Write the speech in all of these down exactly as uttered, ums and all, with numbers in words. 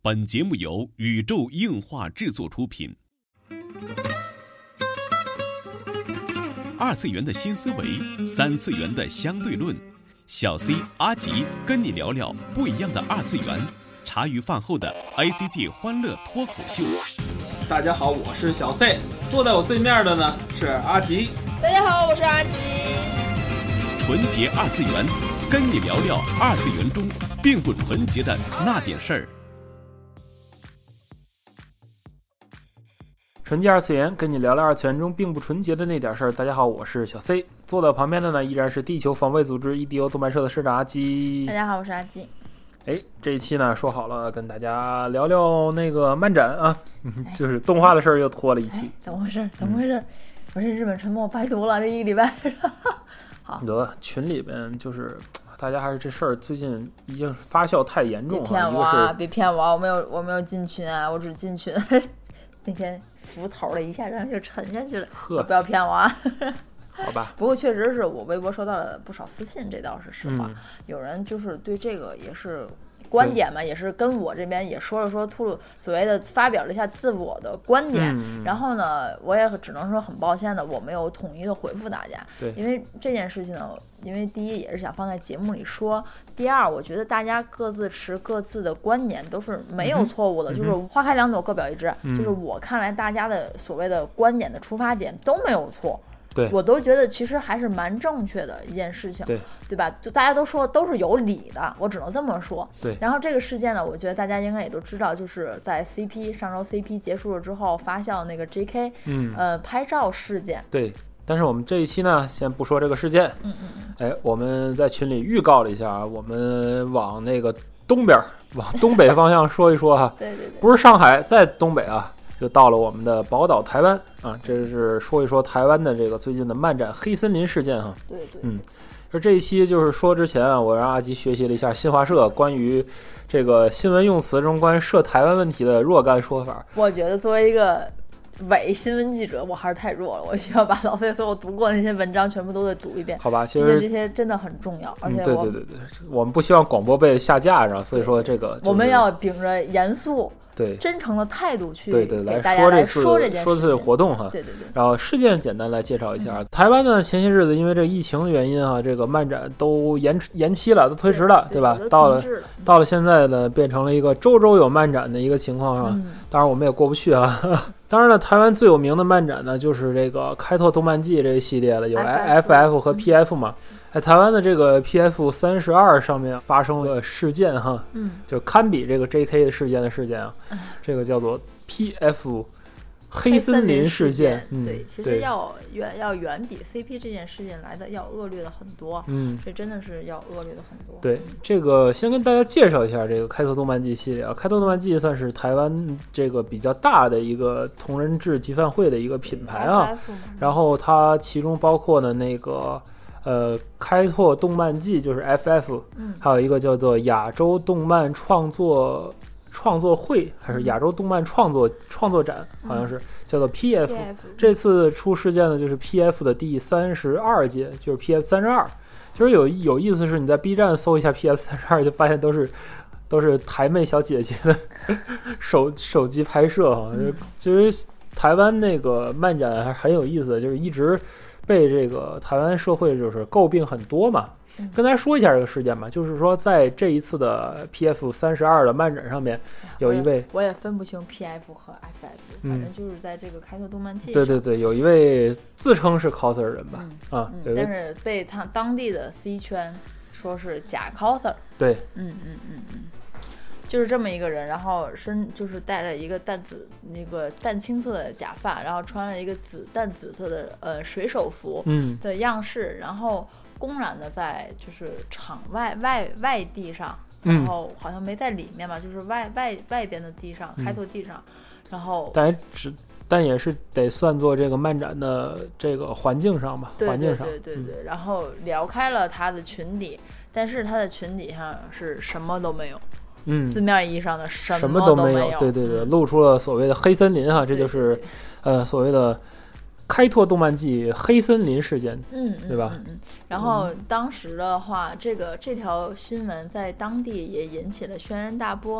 本节目由宇宙硬化制作出品。二次元的新思维，三次元的相对论。小 C 阿吉跟你聊聊不一样的二次元。茶余饭后的 A C G 欢乐脱口秀。 大家好，我是小 C， 坐在我对面的呢是阿吉。 大家好，我是阿吉。 纯洁二次元，跟你聊聊二次元中并不纯洁的那点事儿。 纯洁二次元，跟你聊聊二次元中并不纯洁的那点事儿。大家好，我是小 C， 坐在旁边的呢依然是地球防卫组织 E D O 动漫社的社长阿基。 大家好，我是阿基。 哎，这一期呢说好了跟大家聊聊那个漫展啊，就是动画的事儿又拖了一期。 怎么回事？怎么回事？嗯、我是日本沉默白读了这一个礼拜。好， 得群里边就是大家还是这事儿最近已经发酵太严重了。 别骗我啊！别骗我啊！我没有我没有进群啊，我只进群。那天浮头了一下，然后就沉下去了。呵，不要骗我啊！ 好吧。 不过确实是我微博收到了不少私信，这倒是实话。 嗯、 有人就是对这个也是观点嘛，也是跟我这边也说了说，吐露所谓的发表了一下自我的观点。 嗯、 然后呢，我也只能说很抱歉的，我没有统一的回复大家。 对， 因为这件事情呢，因为第一也是想放在节目里说，第二我觉得大家各自持各自的观点都是没有错误的，嗯、就是花开两朵各表一枝。嗯、就是我看来大家的所谓的观点的出发点都没有错。 对， 我都觉得其实还是蛮正确的一件事情， 对对吧？就大家都说都是有理的，我只能这么说。 对。 然后这个事件呢，我觉得大家应该也都知道，就是在 C P 上周 C P 结束了之后发酵那个 J K， 嗯， 呃，拍照事件。 对。但是我们这一期呢，先不说这个事件。 嗯嗯嗯。 哎，我们在群里预告了一下，我们往那个东边，往东北方向说一说哈。 对对对。 不是上海，在东北啊。就到了我们的宝岛台湾啊，这是说一说台湾的这个最近的漫展黑森林事件哈。 对对， 嗯，而这一期就是说之前啊，我让阿吉学习了一下新华社关于这个新闻用词中关于涉台湾问题的若干说法。 我觉得作为一个伪新闻记者，我还是太弱了，我需要把老 C 所有读过的那些文章全部都得读一遍。 好吧，其实这些真的很重要，而且我、 嗯、对对对对，我们不希望广播被下架上，所以说这个、就是、 我们要秉着严肃。 对， 真诚的态度去对对给大家来说这件事说这次活动哈。 对对对。 然后事件简单来介绍一下，嗯、台湾呢前些日子因为这疫情的原因哈，这个漫展都延延期了，都推迟了， 对, 对吧？ 对到了了到了现在呢，变成了一个周周有漫展的一个情况上。 嗯、 当然我们也过不去啊。当然了，台湾最有名的漫展呢，就是这个开拓动漫季这一系列了，有 F F 和 P F 嘛。在台湾的这个 P F 三十二上面发生了事件哈， 嗯， 就堪比这个 J K 的事件的事件啊， 嗯、 这个叫做 P F 黑森林事件。 嗯、对，其实要远要远比 C P 这件事件来的要恶劣的很多。 嗯， 这真的是要恶劣的很多。 对，这个先跟大家介绍一下这个开拓动漫季系列啊，开拓动漫季算是台湾这个比较大的一个同人志集贩会的一个品牌啊，然后它其中包括呢那个。呃，开拓动漫季就是 F F， 嗯， 还有一个叫做亚洲动漫创作创作会，还是亚洲动漫创作、嗯、创作展，好像是、嗯、叫做 P F。这次出事件呢，就是 P F 的第三十二届，就是 P F 三十二。其实有有意思是，你在 B 站搜一下 P F 三十二，就发现都是都是台妹小姐姐的手手机拍摄哈。嗯、就是台湾那个漫展还很有意思的，就是一直。被这个台湾社会就是诟病很多嘛，跟大家说一下这个事件吧。就是说，在这一次的 P F 三十二的漫展上面，有一位我也分不清 P F 和 F F，、嗯、反正就是在这个开拓动漫季。 对对对，有一位自称是 coser 人吧， 嗯、 啊、 嗯，但是被他当地的 C 圈说是假 coser。 对， 嗯嗯嗯嗯。就是这么一个人，然后身就是戴了一个淡紫那个淡青色的假发，然后穿了一个紫淡紫色的呃水手服的样式， 嗯、 然后公然的在就是场外外外地上，然后好像没在里面嘛，嗯、就是外外外边的地上，开拓地上，嗯、然后但只但也是得算作这个漫展的这个环境上吧， 对环境上对对对对，嗯、然后撩开了他的裙底，但是他的裙底上是什么都没有。 嗯， 字面意义上的什么都没有， 对对对，露出了所谓的黑森林哈，这就是，呃，所谓的开拓动漫季黑森林事件， 嗯， 对吧？ 嗯嗯。然后当时的话，这个这条新闻在当地也引起了轩然大波。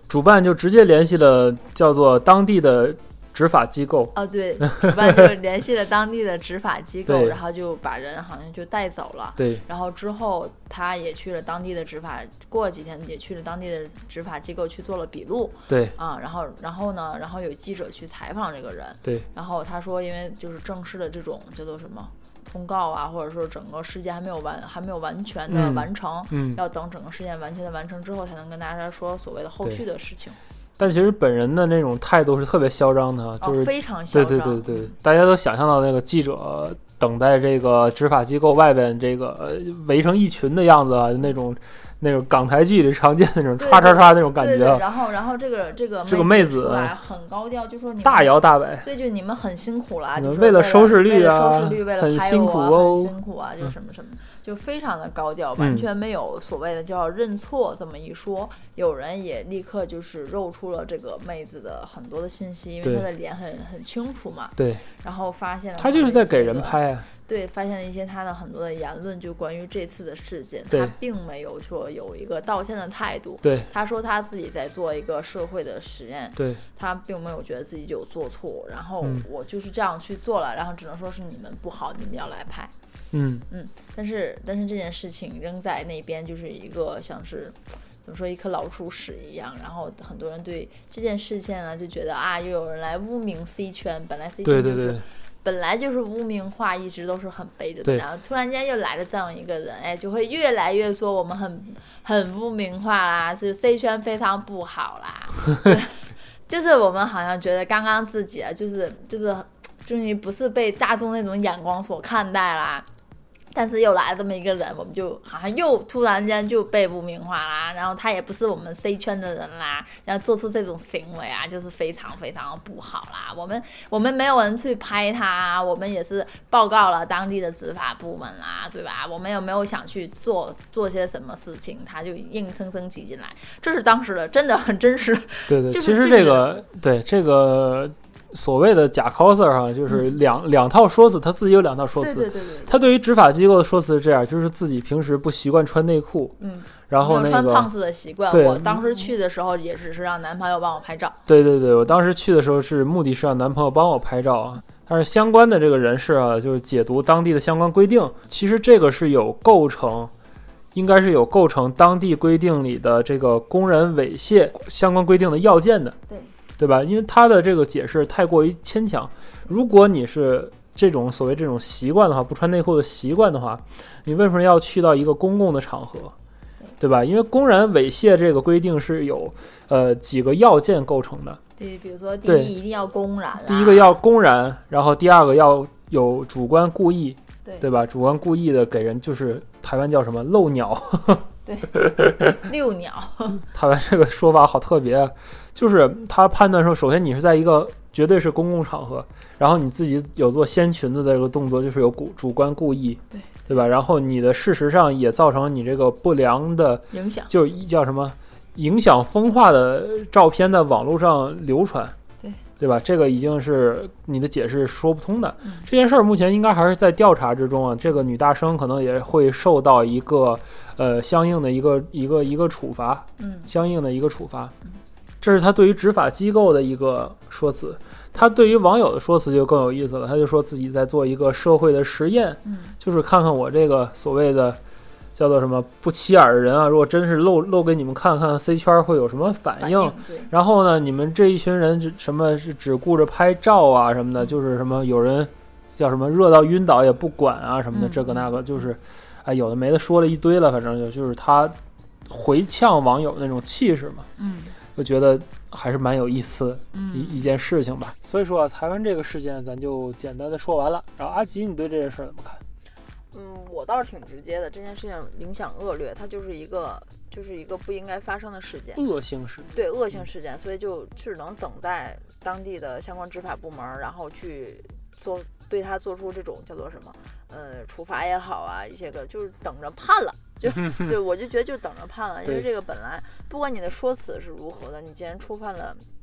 主办就直接联系了叫做当地的执法机构。 哦，对，主办就联系了当地的执法机构，然后就把人好像就带走了。 对， 然后之后他也去了当地的执法，过了几天也去了当地的执法机构去做了笔录。 对， 啊，然后然后呢，然后有记者去采访这个人。 对， 然后他说，因为就是正式的这种叫做什么通告啊，或者说整个事件还没有完，还没有完全的完成， 嗯， 要等整个事件完全的完成之后，才能跟大家说所谓的后续的事情。 但其实本人的那种态度是特别嚣张的，就是、 哦、非常嚣张。 对对对对，大家都想象到那个记者等待这个执法机构外边这个围成一群的样子啊，那种那种港台剧里常见的那种唰唰唰那种感觉。 对对对，然后然后这个这个这个妹子出来很高调，就说你们大摇大摆。 对，就你们很辛苦啦，就是为了收视率啊， 为了收视率，为了很拍辛苦哦， 很辛苦啊，就什么什么。嗯，就非常的高调，完全没有所谓的叫认错这么一说。嗯、有人也立刻就是露出了这个妹子的很多的信息，因为她的脸很很清楚嘛。 对。 然后发现了她就是在给人拍啊。 对，发现了一些她的很多的言论，就关于这次的事件，她并没有说有一个道歉的态度。 对。 她说她自己在做一个社会的实验。 对。 她并没有觉得自己有做错，然后我就是这样去做了，然后只能说是你们不好，你们要来拍。 嗯嗯，但是但是这件事情扔在那边就是一个像是怎么说一颗老鼠屎一样，然后很多人对这件事情呢就觉得啊，又有人来污名 C 圈，本来 C 圈就是对对对本来就是污名化，一直都是很背着的，然后突然间又来了这样一个人，哎，就会越来越说我们很很污名化啦，是 C 圈非常不好啦，就是我们好像觉得刚刚自己啊，就是就是就是你不是被大众那种眼光所看待啦。但是又来这么一个人，我们就好像又突然间就被污名化啦，然后他也不是我们 C 圈的人啦，然后做出这种行为啊，就是非常非常不好啦。我们我们没有人去拍他，我们也是报告了当地的执法部门啦，对吧？我们有没有想去做做些什么事情，他就硬生生挤进来，这是当时的真的很真实。 对对， 就是、 其实这个对这个。所谓的假 coser 哈，就是两、嗯、两套说辞，他自己有两套说辞。 对对对对。 他对于执法机构的说辞是这样，就是自己平时不习惯穿内裤， 嗯， 然后那个穿胖子的习惯。 对， 我当时去的时候也只是让男朋友帮我拍照。 对对对，我当时去的时候是目的是让男朋友帮我拍照啊。但是相关的这个人士啊，就是解读当地的相关规定，其实这个是有构成。应该是有构成当地规定里的这个公然猥亵相关规定的要件的。 对。 对吧？因为他的这个解释太过于牵强。如果你是这种所谓这种习惯的话，不穿内裤的习惯的话，你为什么要去到一个公共的场合，对吧？因为公然猥亵这个规定是有呃几个要件构成的。 对，比如说第一一定要公然， 第一个要公然，然后第二个要有主观故意， 对对吧？主观故意的给人就是台湾叫什么漏鸟。 对，遛鸟。 台湾这个说法好特别啊。就是他判断说，首先你是在一个绝对是公共场合，然后你自己有做掀裙子的这个动作，就是有主观故意， 对对吧？然后你的事实上也造成你这个不良的影响， 就叫什么影响风化的照片在网络上流传， 对对吧？这个已经是你的解释说不通的。 嗯、 这件事儿目前应该还是在调查之中啊。这个女大生可能也会受到一个呃相应的一个一个一个处罚， 嗯， 相应的一个处罚。 嗯， 这是他对于执法机构的一个说辞。他对于网友的说辞就更有意思了，他就说自己在做一个社会的实验， 嗯， 就是看看我这个所谓的叫做什么不起眼的人啊，如果真是露露给你们看看 C 圈会有什么反应， 反应然后呢，你们这一群人什么是只顾着拍照啊什么的，就是什么有人叫什么热到晕倒也不管啊什么的， 嗯、 这个那个就是哎有的没的说了一堆了，反正就就是他回呛网友那种气势嘛， 嗯， 我觉得还是蛮有意思的一、 嗯、 一件事情吧。所以说、啊、台湾这个事件咱就简单的说完了。然后阿吉，你对这件事怎么看？ 嗯，我倒是挺直接的，这件事情影响恶劣，它就是一个就是一个不应该发生的事件， 恶性事件， 对，恶性事件，所以就只能等待当地的相关执法部门，然后去做对他做出这种叫做什么呃处罚也好啊，一些个就是等着判了。就对，我就觉得就等着判了，因为这个本来不管你的说辞是如何的，你既然触犯了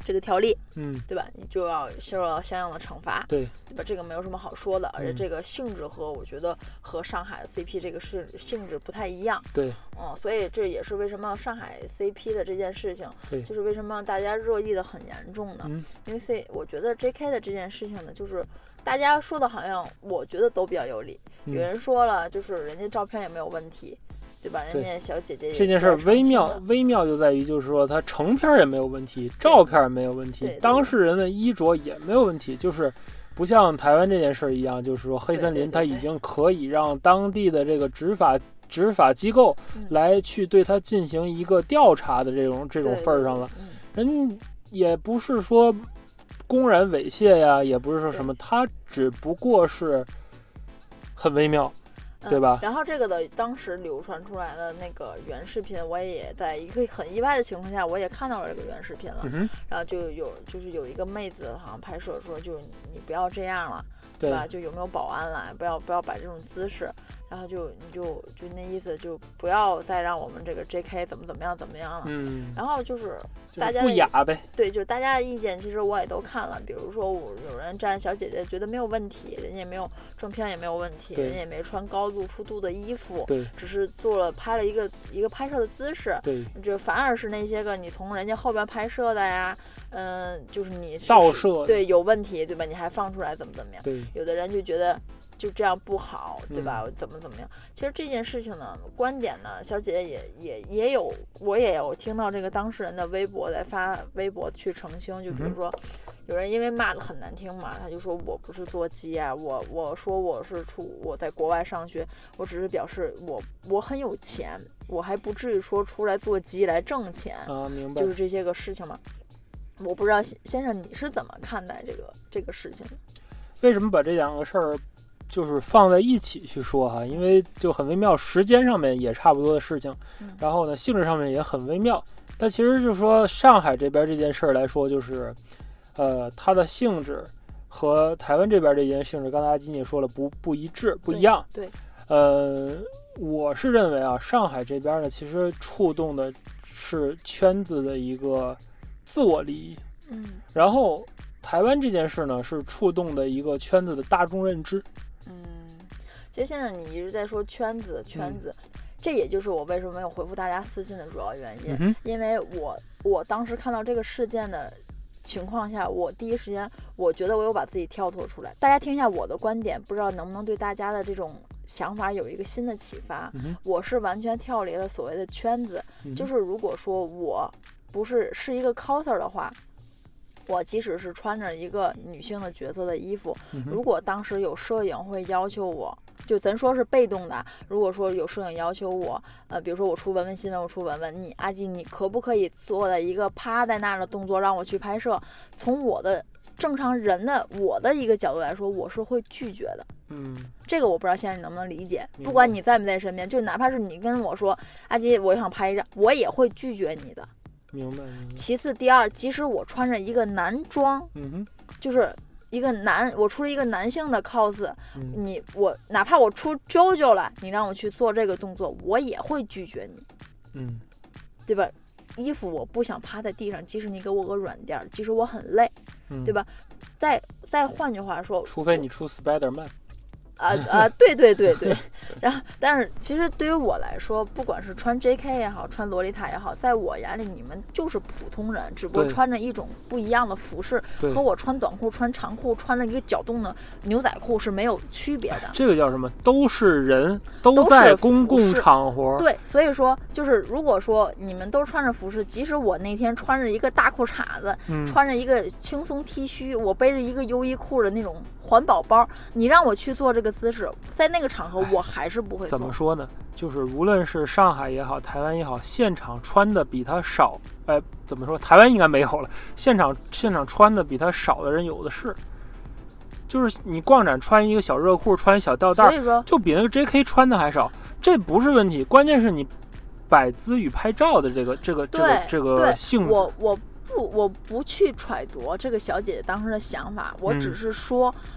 这个条例， 嗯， 对吧？你就要受到相应的惩罚， 对， 对吧？这个没有什么好说的，而且这个性质和我觉得和上海的 C P 这个是性质不太一样， 对， 嗯，所以这也是为什么上海 C P 的这件事情， 对， 就是为什么大家热议的很严重呢？ 嗯， 因为 C， 我觉得 J K 的这件事情呢，就是大家说的好像我觉得都比较有理， 嗯、 有人说了，就是人家照片也没有问题。对吧？人家小姐姐也这件事微妙，微妙就在于，就是说她成片也没有问题，照片也没有问题， 对对对， 当事人的衣着也没有问题，就是不像台湾这件事一样，就是说黑森林它已经可以让当地的这个执法执法机构来去对他进行一个调查的这种这种份儿上了，人也不是说公然猥亵呀，也不是说什么，他只不过是很微妙。对吧、 嗯？然后这个的当时流传出来的那个原视频，我也在一个很意外的情况下，我也看到了这个原视频了。 嗯、 然后就有就是有一个妹子好像拍摄说，就是你不要这样了，对吧？就有没有保安来，不要不要摆这种姿势。然后就你就就那意思，就不要再让我们这个 J K 怎么怎么样怎么样了。 嗯。 然后就是大家不雅呗。 对，就是大家的意见，其实我也都看了。比如说，我有人站小姐姐觉得没有问题，人家也没有正片也没有问题，人家也没穿高度出度的衣服， 对， 只是做了拍了一个一个拍摄的姿势， 对， 就反而是那些个你从人家后边拍摄的呀，嗯、呃，就是你盗摄， 对，有问题，对吧？你还放出来怎么怎么样？ 对， 有的人就觉得。就这样不好，对吧？ 嗯、 怎么怎么样？其实这件事情呢，观点呢，小姐姐也也也有，我也有听到这个当事人的微博在发微博去澄清。就比如说，嗯、有人因为骂的很难听嘛，他就说我不是做鸡啊，我我说我是出我在国外上学，我只是表示我我很有钱，我还不至于说出来做鸡来挣钱啊，明白？ 就是这些个事情嘛。我不知道先生你是怎么看待这个这个事情的？ 为什么把这两个事儿？就是放在一起去说哈，因为就很微妙，时间上面也差不多的事情，然后呢，性质上面也很微妙。但其实就是说，上海这边这件事儿来说，就是，呃，它的性质和台湾这边这件性质，刚才阿金也说了，不不一致，不一样。 对。对呃，我是认为啊，上海这边呢，其实触动的是圈子的一个自我利益， 嗯， 然后台湾这件事呢，是触动的一个圈子的大众认知。 嗯，其实现在你一直在说圈子圈子、 嗯、 这也就是我为什么没有回复大家私信的主要原因、 嗯、 因为我我当时看到这个事件的情况下，我第一时间我觉得我有把自己跳脱出来。大家听一下我的观点，不知道能不能对大家的这种想法有一个新的启发、 嗯、 我是完全跳离了所谓的圈子、 嗯、 就是如果说我不是是一个 coser 的话，我即使是穿着一个女性的角色的衣服、 嗯、 如果当时有摄影会要求我，就咱说是被动的，如果说有摄影要求我，呃，比如说我出文文新闻，我出文文，你阿基你可不可以做的一个趴在那儿的动作让我去拍摄？从我的正常人的我的一个角度来说，我是会拒绝的。 嗯， 这个我不知道先生你能不能理解。不管你在不在身边，就哪怕是你跟我说阿基我想拍一张，我也会拒绝你的。 明白。明白。 其次，第二，即使我穿着一个男装， 嗯哼， 就是一个男，我出了一个男性的 cos，、 嗯、 你我哪怕我出 JoJo 了，你让我去做这个动作，我也会拒绝你， 嗯， 对吧？衣服我不想趴在地上，即使你给我个软垫，即使我很累， 嗯、 对吧？再再换句话说， 除非你出 Spider-Man。 啊啊，对对对对，然后但是其实对于我来说，不管是穿 J K 也好，穿洛丽塔也好，在我眼里你们就是普通人，只不过穿着一种不一样的服饰，和我穿短裤、穿长裤、穿了一个脚动的牛仔裤是没有区别的。 这个叫什么？都是人，都在公共场合。 对，所以说就是如果说你们都穿着服饰，即使我那天穿着一个大裤衩子， 嗯、 穿着一个轻松 T 恤，我背着一个优衣库的那种环保包，你让我去做这个姿势，在那个场合我还是不会做。 怎么说呢？就是无论是上海也好，台湾也好，现场穿的比他少，哎，怎么说？台湾应该没有了。现场现场穿的比他少的人有的是。就是你逛展穿一个小热裤，穿一小吊带， 所以说就比那个 J K 穿的还少，这不是问题，关键是你摆姿与拍照的这个这个这个这个性质。 我我不我不去揣度这个小姐姐当时的想法，我只是说。嗯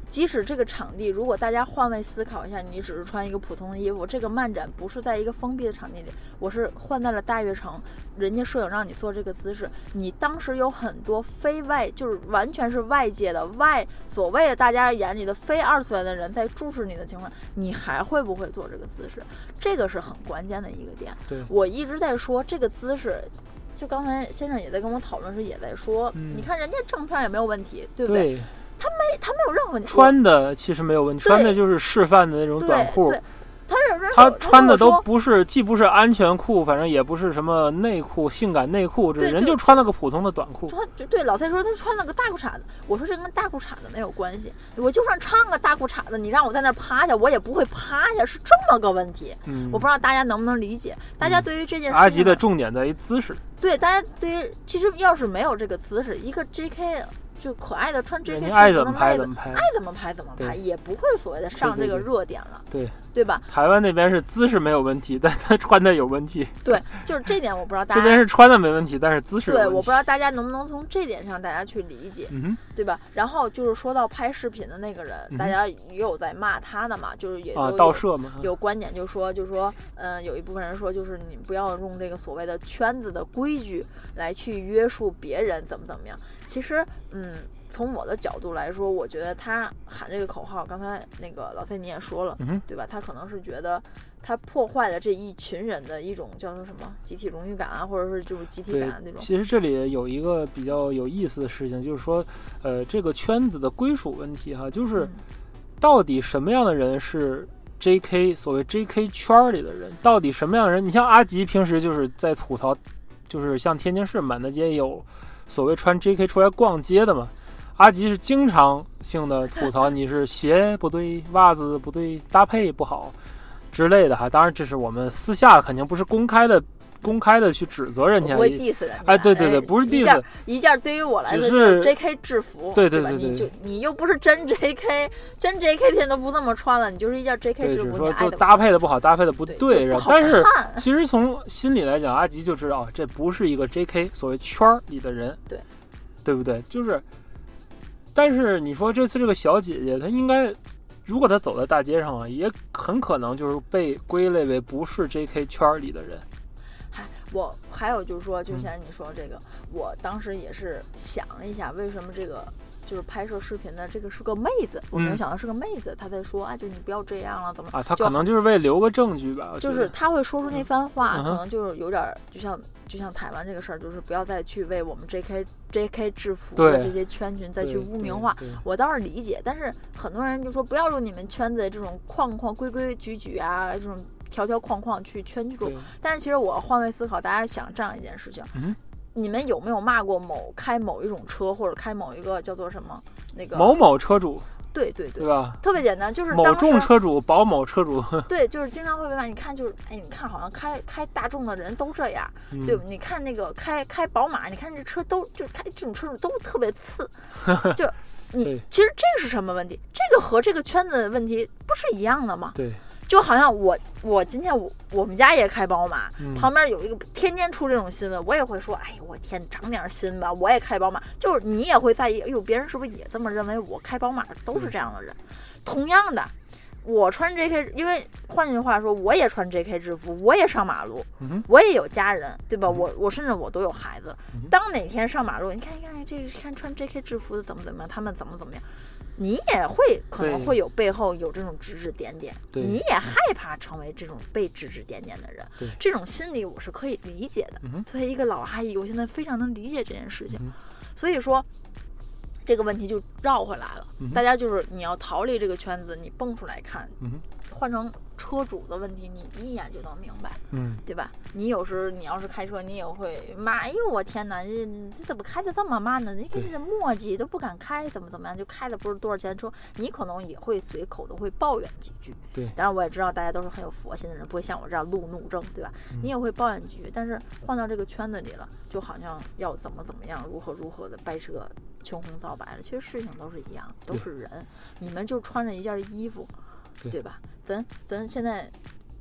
即使这个场地，如果大家换位思考一下，你只是穿一个普通的衣服，这个漫展不是在一个封闭的场地里，我是换在了大悦城，人家摄影让你做这个姿势，你当时有很多非外，就是完全是外界的外所谓的大家眼里的非二次元的人在注视你的情况，你还会不会做这个姿势？这个是很关键的一个点。 对， 我一直在说这个姿势。就刚才先生也在跟我讨论时也在说、嗯、你看人家正片也没有问题，对不对？ 对， 他没他没有任何问题， 穿的其实没有问题，穿的就是示范的那种短裤。 对对，他是他穿的都不是，既不是安全裤，反正也不是什么内裤、性感内裤，这人就穿了个普通的短裤。 他就对老蔡说他穿了个大裤衩子，我说这跟大裤衩子没有关系，我就算穿个大裤衩子，你让我在那趴下，我也不会趴下，是这么个问题。嗯，我不知道大家能不能理解。大家对于这件事情、嗯， 阿吉的重点在于姿势。 对，大家对于其实要是没有这个姿势，一个 J K。就可爱的穿 J K 爱怎么拍怎么拍， 爱怎么拍怎么拍，也不会所谓的上这个热点了， 对 对, 对, 对吧？ 台湾那边是姿势没有问题，但他穿的有问题。 对，就是这点我不知道大家这边是穿的没问题，但是姿势有问题。 对，我不知道大家能不能从这点上大家去理解， 嗯、 对吧？然后就是说到拍视频的那个人，嗯、大家也有在骂他的嘛，就是也啊盗摄嘛， 有观点就说，就说，嗯、呃，有一部分人说，就是你不要用这个所谓的圈子的规矩来去约束别人，怎么怎么样。其实，嗯。从我的角度来说，我觉得他喊这个口号，刚才那个老蔡你也说了、 嗯， 对吧？他可能是觉得他破坏了这一群人的一种叫做什么集体荣誉感啊，或者是就是集体感那种。 其实这里有一个比较有意思的事情，就是说，呃，这个圈子的归属问题哈，就是到底什么样的人是 J K 所谓 J K 圈里的人，到底什么样的人？你像阿吉平时就是在吐槽，就是像天津市满大街有所谓穿 J K 出来逛街的嘛。阿吉是经常性的吐槽你是鞋不对、袜子不对、搭配不好之类的哈。当然，这是我们私下肯定不是公开的、公开的去指责人家， 不会 diss 人家。 哎，对对对，不是 diss。 一件对于我来说是 J K 制服， 对对对对，你就你又不是真 J K， 真 J K 天都不那么穿了，你就是一件 J K 制服， 说就搭配的不好，搭配的不对， 但是其实从心里来讲，阿吉就知道这不是一个 J K 所谓圈里的人， 对， 对不对？就是。但是你说这次这个小姐姐，她应该，如果她走在大街上啊，也很可能就是被归类为不是 J K 圈里的人。 还我还有就是说，就像你说这个、嗯，我当时也是想了一下，为什么这个就是拍摄视频的这个是个妹子，我没有想到是个妹子，她、嗯、在说啊，就你不要这样了，怎么啊？她可能就是为留个证据吧。 就是她会说出那番话， 嗯、 可能就是有点就像。就像台湾这个事儿，就是不要再去为我们 J K J K 制服的这些圈群再去污名化。我倒是理解，但是很多人就说不要用你们圈子的这种框框、规规矩矩啊，这种条条框框去圈住。但是其实我换位思考，大家想这样一件事情： 嗯、 你们有没有骂过某开某一种车，或者开某一个叫做什么那个某某车主？ 对对对， 对吧？ 特别简单，就是某众车主、保某车主。 对，就是经常会被骂。你看，就是哎，你看，好像开开大众的人都这样， 嗯、 对吧？你看那个开开宝马，你看这车都就开这种车主都特别次，就你其实这是什么问题？这个和这个圈子的问题不是一样的吗？ 对。 就好像我我今天我我们家也开宝马、 嗯， 旁边有一个天天出这种新闻，我也会说，哎呦我天，长点心吧，我也开宝马。就是你也会在意，哎呦别人是不是也这么认为？我开宝马都是这样的人。同样的，我穿 J K， 因为换句话说，我也穿 J K 制服，我也上马路， 嗯、 我也有家人，对吧？ 嗯、 我我甚至我都有孩子。 嗯、 当哪天上马路，你看你看这个看穿 J K 制服的怎么怎么样，他们怎么怎么样。你也会可能会有背后有这种指指点点，你也害怕成为这种被指指点点的人，这种心理我是可以理解的。 嗯、 作为一个老阿姨，我现在非常能理解这件事情。 嗯、 所以说这个问题就绕回来了、 嗯、 大家就是你要逃离这个圈子，你蹦出来看、 嗯、 换成车主的问题，你一眼就能明白， 嗯， 对吧？你有时你要是开车，你也会骂，哎呦我天哪，这这怎么开的这么慢呢？你看这磨叽都不敢开，怎么怎么样，就开了不是多少钱车，你可能也会随口的会抱怨几句。 对， 当然我也知道大家都是很有佛心的人，不会像我这样路怒症，对吧？ 嗯、 你也会抱怨几句，但是换到这个圈子里了，就好像要怎么怎么样，如何如何的掰扯青红皂白了。其实事情都是一样，都是人，你们就穿着一件衣服。对, 对吧？咱咱现在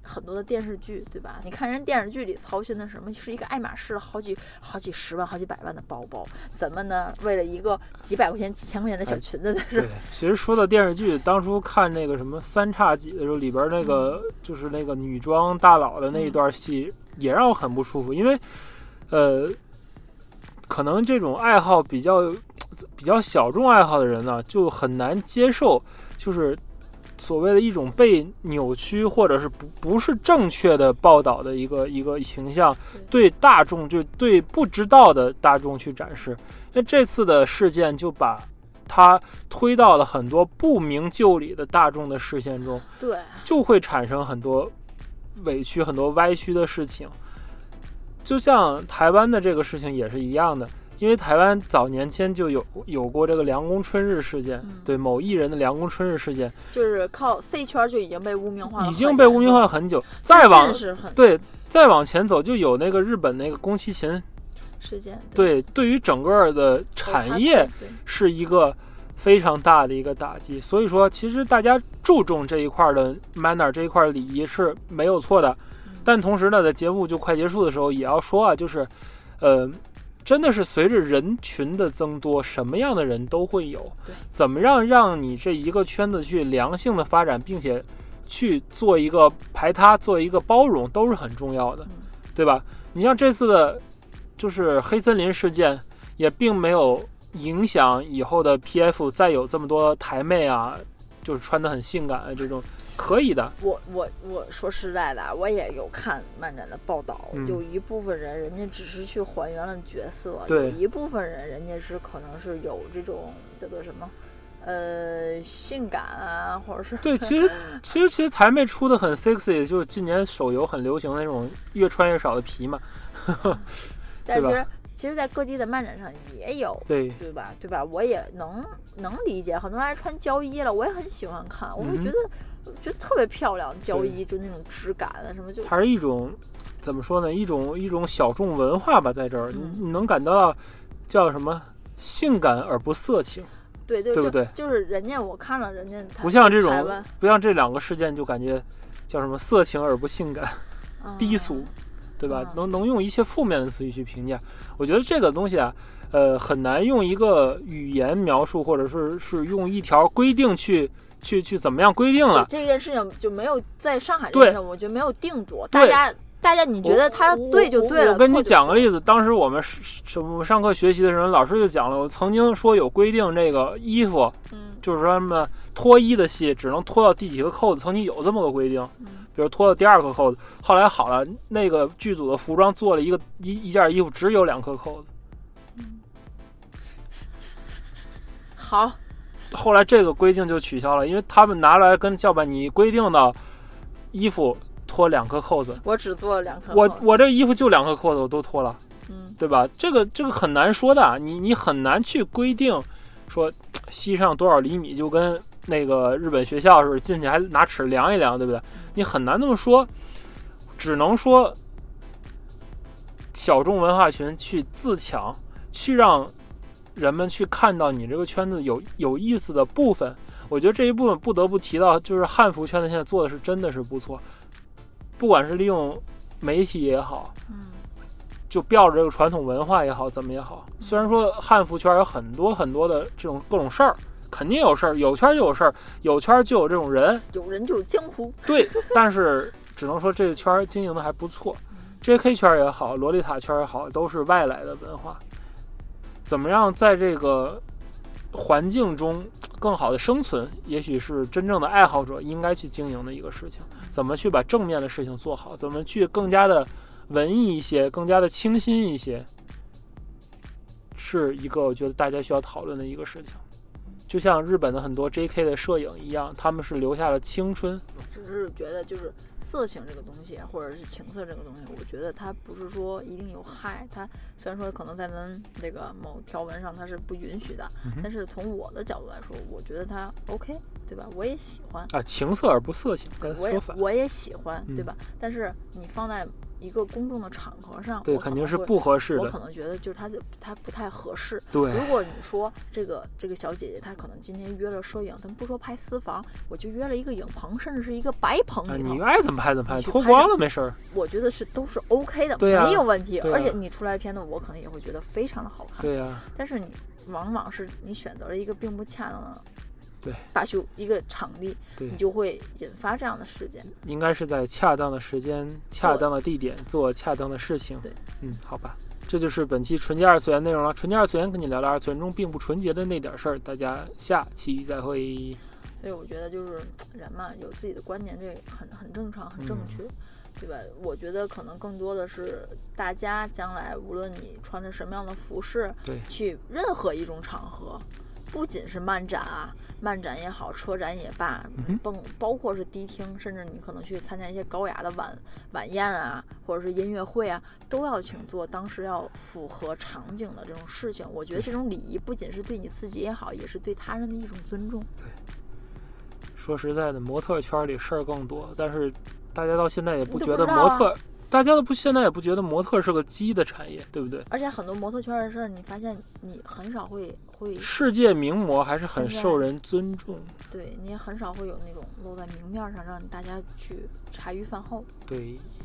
很多的电视剧，对吧？你看人电视剧里操心的什么，是一个爱马仕好几好几十万、好几百万的包包，怎么呢？为了一个几百块钱、几千块钱的小裙子在这、哎。 对，其实说到电视剧，当初看那个什么《三叉戟》的时候，里边那个、嗯、就是那个女装大佬的那一段戏，嗯、也让我很不舒服，因为呃，可能这种爱好比较比较小众爱好的人呢，就很难接受，就是所谓的一种被扭曲或者是不不是正确的报道的一个一个形象，对大众就对不知道的大众去展示。因为这次的事件就把它推到了很多不明就里的大众的视线中， 对， 就会产生很多委屈、很多歪曲的事情。就像台湾的这个事情也是一样的。因为台湾早年间就有有过这个凉宫春日事件、嗯，对某艺人的凉宫春日事件， 就是靠 C 圈就已经被污名化了， 已经被污名化很久。再往对再往前走，就有那个日本那个宫崎勤事件， 对，对于整个的产业是一个非常大的一个打击。所以说，其实大家注重这一块的 manner 这一块礼仪是没有错的，嗯、但同时呢，在节目就快结束的时候，也要说啊，就是呃。真的是随着人群的增多，什么样的人都会有。 对， 怎么让让你这一个圈子去良性的发展，并且去做一个排他，做一个包容，都是很重要的，嗯、对吧？你像这次的，就是黑森林事件，也并没有影响以后的 P F 再有这么多台妹啊，就是穿得很性感啊这种。可以的， 我我我说实在的，我也有看漫展的报道、嗯，有一部分人人家只是去还原了角色，有一部分人人家是可能是有这种叫做什么，呃，性感啊，或者是对，其实其实其实台妹出的很 sexy， 就是今年手游很流行的那种越穿越少的皮嘛， 但是其实其实在各地的漫展上也有， 对对吧？对吧？我也能能理解，很多人还穿胶衣了，我也很喜欢看，我会觉得。嗯觉得特别漂亮，胶衣就那种质感啊什么，就它是一种怎么说呢？一种一种小众文化吧，在这儿、嗯、你能感到叫什么性感而不色情， 对对对不对？ 就, 就是人家我看了人家不像这种不像这两个事件就感觉叫什么色情而不性感，嗯、低俗，对吧？嗯、能能用一切负面的词语去评价，我觉得这个东西啊。呃，很难用一个语言描述，或者是是用一条规定去去去怎么样规定了。 这件事情就没有在上海这件事，我觉得没有定夺。大家大家你觉得他对就对了。 我, 我跟你讲个例子，当时我们什么上课学习的时候，老师就讲了，我曾经说有规定，这个衣服，嗯，就是说什么脱衣的戏只能脱到第几个扣子，曾经有这么个规定。嗯，比如脱到第二个扣子，后来好了，那个剧组的服装做了一个一一件衣服只有两颗扣子。 好， 后来这个规定就取消了，因为他们拿来跟教办，你规定的衣服脱两颗扣子， 我只做了两颗， 我我这衣服就两颗扣子，我都脱了， 嗯， 对吧？这个这个很难说的，你你很难去规定说膝上多少厘米，就跟那个日本学校似的，进去还拿尺量一量，对不对？你很难那么说，只能说小众文化群去自强，去让人们去看到你这个圈子有有意思的部分。我觉得这一部分不得不提到，就是汉服圈子现在做的是真的是不错，不管是利用媒体也好， 嗯， 就标着这个传统文化也好，怎么也好。虽然说汉服圈有很多很多的这种各种事儿，肯定有事儿，有圈就有事儿，有圈就有这种人， 有人就有江湖。 对，但是只能说这个圈经营的还不错。J K 圈也好，洛丽塔圈也好，都是外来的文化。怎么样在这个环境中更好的生存，也许是真正的爱好者应该去经营的一个事情。怎么去把正面的事情做好，怎么去更加的文艺一些，更加的清新一些，是一个我觉得大家需要讨论的一个事情。就像日本的很多 J K 的摄影一样，他们是留下了青春。 只是觉得就是色情这个东西，或者是情色这个东西，我觉得它不是说一定有害。它虽然说可能在咱这个某条文上它是不允许的，嗯、但是从我的角度来说，我觉得它 OK， 对吧？我也喜欢啊，情色而不色情， 我也我也喜欢，对吧？嗯、但是你放在一个公众的场合上， 对，肯定是不合适的。 我可能觉得就是他的他不太合适。 对， 如果你说这个这个小姐姐她可能今天约了摄影，咱不说拍私房，我就约了一个影棚，甚至是一个白棚里头， 啊、你爱怎么拍怎么拍，脱光了没事儿。 我觉得是都是 OK 的， 对啊、 没有问题。 啊、 而且你出来的片子，我可能也会觉得非常的好看。 对呀、啊。 但是你往往是你选择了一个并不恰当的。 对， 罢休一个场地，你就会引发这样的事件。 应该是在恰当的时间、恰当的地点做恰当的事情。 对， 嗯，好吧，这就是本期纯洁二次元内容了。纯洁二次元跟你聊聊二次元中并不纯洁的那点事儿，大家下期再会。 所以我觉得就是人嘛，有自己的观点，这很很正常，很正确。嗯，对吧？我觉得可能更多的是大家将来无论你穿着什么样的服饰， 对， 去任何一种场合。不仅是漫展啊，漫展也好，车展也罢，包包括是迪厅，甚至你可能去参加一些高雅的晚晚宴啊，或者是音乐会啊，都要请做当时要符合场景的这种事情。我觉得这种礼仪不仅是对你自己也好，也是对他人的一种尊重。 对，说实在的，模特圈里事儿更多，但是大家到现在也不觉得模特。大家都不现在也不觉得模特是个鸡的产业，对不对？ 而且很多模特圈的事儿，你发现你很少会会世界名模还是很受人尊重， 对，你也很少会有那种露在明面上让大家去茶余饭后。 对。